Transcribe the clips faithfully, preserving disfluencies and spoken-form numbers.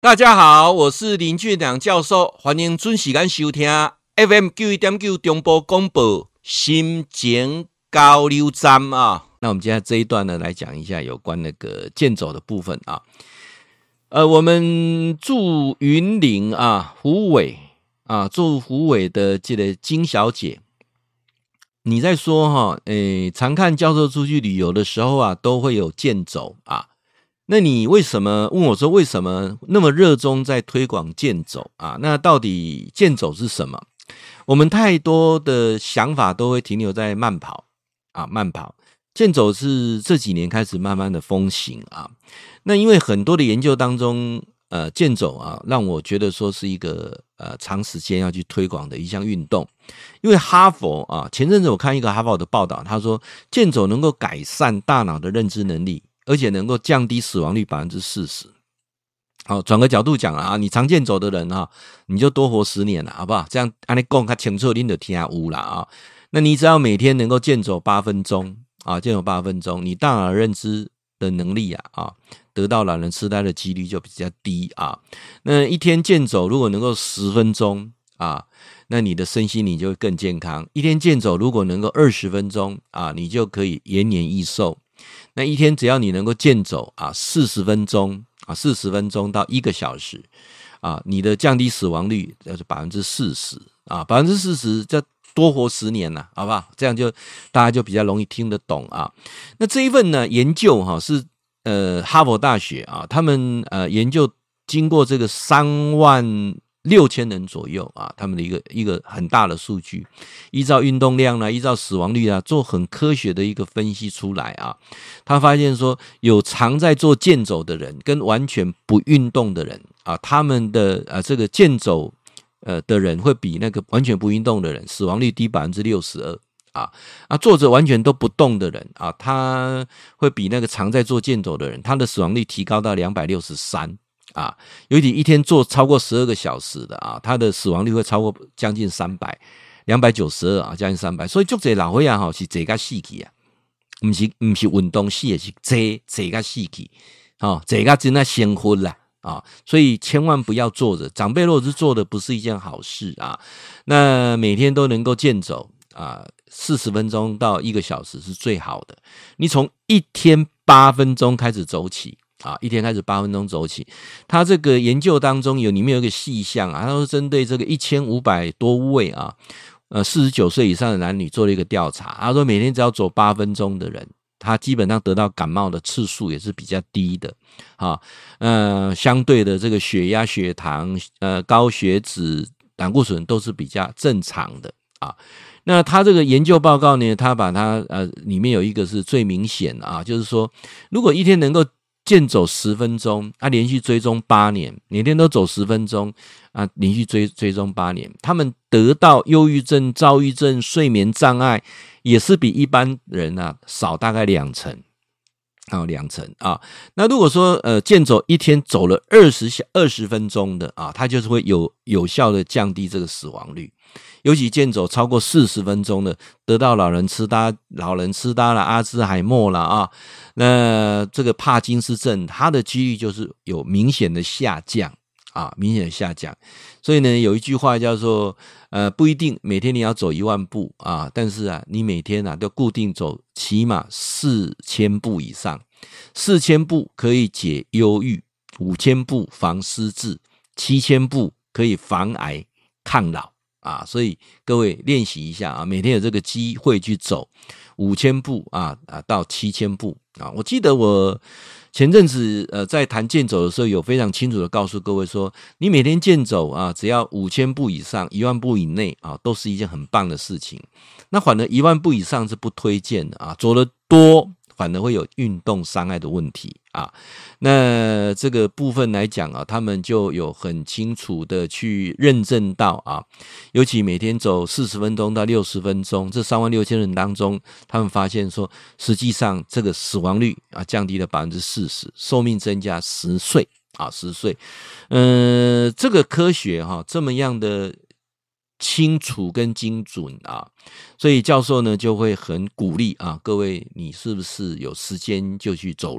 大家好，我是林俊良教授，欢迎准时间收听 F M 九一点九 中波广播心情交流站啊。那我们今天这一段呢，来讲一下有关那个健走的部分啊。呃，我们住云林啊，虎尾啊，住虎尾的这个金小姐，你在说哈，诶，常看教授出去旅游的时候啊，都会有健走啊。那你为什么问我说为什么那么热衷在推广健走啊？那到底健走是什么？我们太多的想法都会停留在慢跑啊，慢跑。健走是这几年开始慢慢的风行啊。那因为很多的研究当中，呃，健走啊，让我觉得说是一个呃长时间要去推广的一项运动。因为哈佛啊，前阵子我看一个哈佛的报道，他说健走能够改善大脑的认知能力。而且能够降低死亡率 百分之四十。 好，转个角度讲啊，你常健走的人啊，你就多活十年了，好不好？这样按你讲较清楚，你就听有啦啊。那你只要每天能够健走八分钟啊，健走八分钟，你大脑认知的能力啊啊，得到老人痴呆的几率就比较低啊。那一天健走如果能够十分钟啊，那你的身心你就会更健康。一天健走如果能够二十分钟啊，你就可以延年益寿。那一天只要你能够健走啊四十分钟啊四十分钟到一个小时啊，你的降低死亡率就是 百分之四十 啊 百分之四十 就多活十年了，好不好？这样就大家就比较容易听得懂啊。那这一份呢研究哈、啊、是呃哈佛大学啊，他们呃研究经过这个三万六千人左右啊，他们的一个一个很大的数据，依照运动量啦，依照死亡率啊，做很科学的一个分析出来啊。他发现说，有常在做健走的人跟完全不运动的人啊，他们的呃这个健走呃的人会比那个完全不运动的人死亡率低 百分之六十二。啊，啊，坐着完全都不动的人啊，他会比那个常在做健走的人，他的死亡率提高到两百六十三。啊，尤其一天做超过十二个小时的啊，他的死亡率会超过将近三百，两百九十二啊，将近三百。所以足侪老岁仔吼是坐甲死去啊，不是不是运动死的，是坐坐甲死去，哦，坐甲真的先昏啦啊！所以千万不要坐着，长辈如果是坐的，不是一件好事啊。那每天都能够健走啊，四十分钟到一个小时是最好的。你从一天八分钟开始走起。啊，一天开始八分钟走起。他这个研究当中有里面有一个细项啊，他说针对这个一千五百多位啊，呃，四十九岁以上的男女做了一个调查。他说每天只要走八分钟的人，他基本上得到感冒的次数也是比较低的啊。呃，相对的这个血压、血糖、呃高血脂、胆固醇都是比较正常的啊。那他这个研究报告呢，他把它呃里面有一个是最明显啊，就是说如果一天能够健走十分钟啊，连续追踪八年，每天都走十分钟啊，连续追追踪八年，他们得到忧郁症、躁郁症、睡眠障碍，也是比一般人啊少大概两成，啊、哦，两成啊。那如果说呃健走一天走了二十小二十分钟的啊，它就是会有有效的降低这个死亡率。尤其健走超过四十分钟的，得到老人痴呆、老人痴呆了、阿兹海默了啊，那这个帕金斯症，它的几率就是有明显的下降啊，明显的下降。所以呢，有一句话叫做，呃，不一定每天你要走一万步啊，但是啊，你每天啊都固定走起码四千步以上，四千步可以解忧郁，五千步防失智，七千步可以防癌抗老。啊，所以各位练习一下啊，每天有这个机会去走五千步啊啊到七千步啊。我记得我前阵子呃在谈健走的时候，有非常清楚的告诉各位说，你每天健走啊，只要五千步以上、一万步以内啊，都是一件很棒的事情。那反而一万步以上是不推荐的啊，走得多反而会有运动伤害的问题啊。那这个部分来讲啊，他们就有很清楚的去认证到啊，尤其每天走四十分钟到六十分钟，这三万六千人当中，他们发现说，实际上这个死亡率啊降低了 百分之四十， 寿命增加十岁啊十岁。呃这个科学哈、啊、这么样的清楚跟精准啊，所以教授呢就会很鼓励啊，各位你是不是有时间就去走路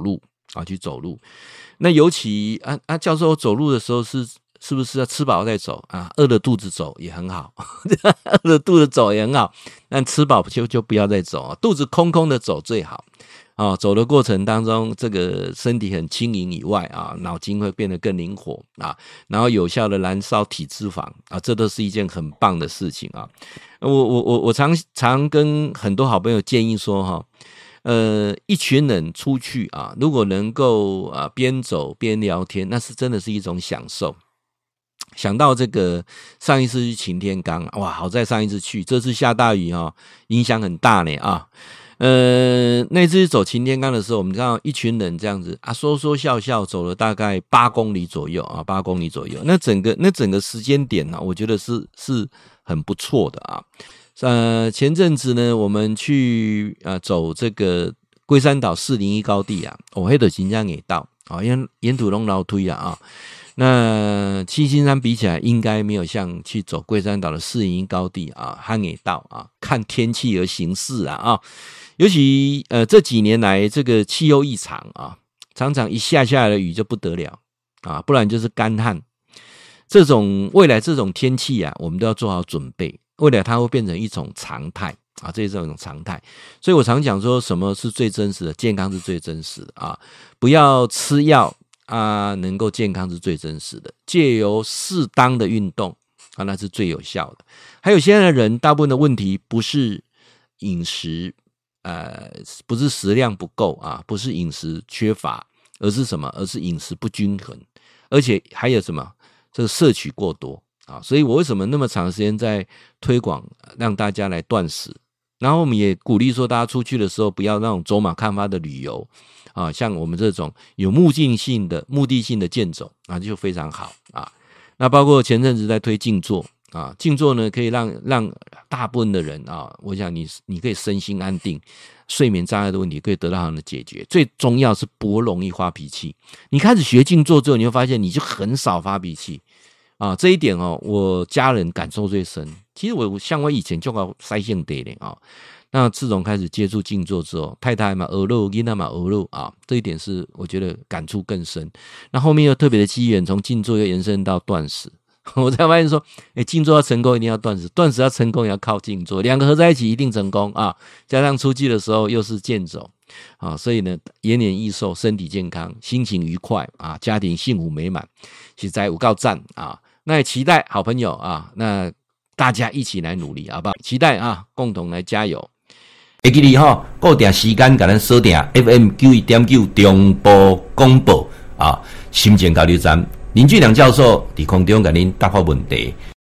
啊去走路。那尤其啊啊，教授走路的时候是是不是要吃饱再走啊？饿了肚子走也很好，饿了肚子走也很好，但吃饱就就不要再走啊，肚子空空的走最好。哦，走的过程当中，这个身体很轻盈以外啊，脑筋会变得更灵活啊，然后有效的燃烧体脂肪啊，这都是一件很棒的事情啊。我我我我常常跟很多好朋友建议说哈，呃，一群人出去啊，如果能够啊边走边聊天，那是真的是一种享受。想到这个上一次去擎天岗，哇，好在上一次去，这次下大雨啊，影响很大呢啊。呃，那次走擎天岗的时候，我们看到一群人这样子啊，说说笑笑走了大概八公里左右啊，八公里左右。那整个那整个时间点呢、啊，我觉得是是很不错的啊。呃，前阵子呢，我们去呃走这个龟山岛四零一高地啊，我黑的新疆也到啊，因为沿途都老推啊啊。那七星山比起来，应该没有像去走龟山岛的四零一高地啊，汉给道啊，看天气而行事啊啊。尤其呃这几年来，这个气候异常啊，常常一下下来的雨就不得了啊，不然就是干旱。这种未来这种天气啊，我们都要做好准备，未来它会变成一种常态啊，这是一种常态。所以我常讲说，什么是最真实的？健康是最真实的啊，不要吃药啊，能够健康是最真实的。借由适当的运动啊，那是最有效的。还有现在的人，大部分的问题不是饮食。呃，不是食量不够啊，不是饮食缺乏，而是什么？而是饮食不均衡，而且还有什么？这个摄取过多啊！所以我为什么那么长时间在推广，让大家来断食？然后我们也鼓励说，大家出去的时候不要那种走马看花的旅游啊，像我们这种有目的性的、目的性的健走啊，就非常好啊。那包括前阵子在推静坐。啊，静坐呢可以让让大部分的人啊，我想你你可以身心安定，睡眠障碍的问题可以得到他们的解决。最重要是不容易发脾气。你开始学静坐之后，你会发现你就很少发脾气啊。这一点哦，我家人感受最深。其实我像我以前就搞塞性得的啊，那自从开始接触静坐之后，太太嘛鹅肉，囡仔嘛鹅肉啊，这一点是我觉得感触更深。那后面又特别的机缘，从静坐又延伸到断食。我才发现说，哎，静坐要成功，一定要断食；断食要成功，也要靠静坐，两个合在一起一定成功啊！加上出去的时候又是健走啊，所以呢，延年益寿，身体健康，心情愉快啊，家庭幸福美满，实在有够赞啊！那也期待好朋友啊，那大家一起来努力，好不好？期待啊，共同来加油！会记你哈，固定时间给咱锁定 F M 九一点九中波广播啊，心情交流站。林俊良教授在空中给您答复问题。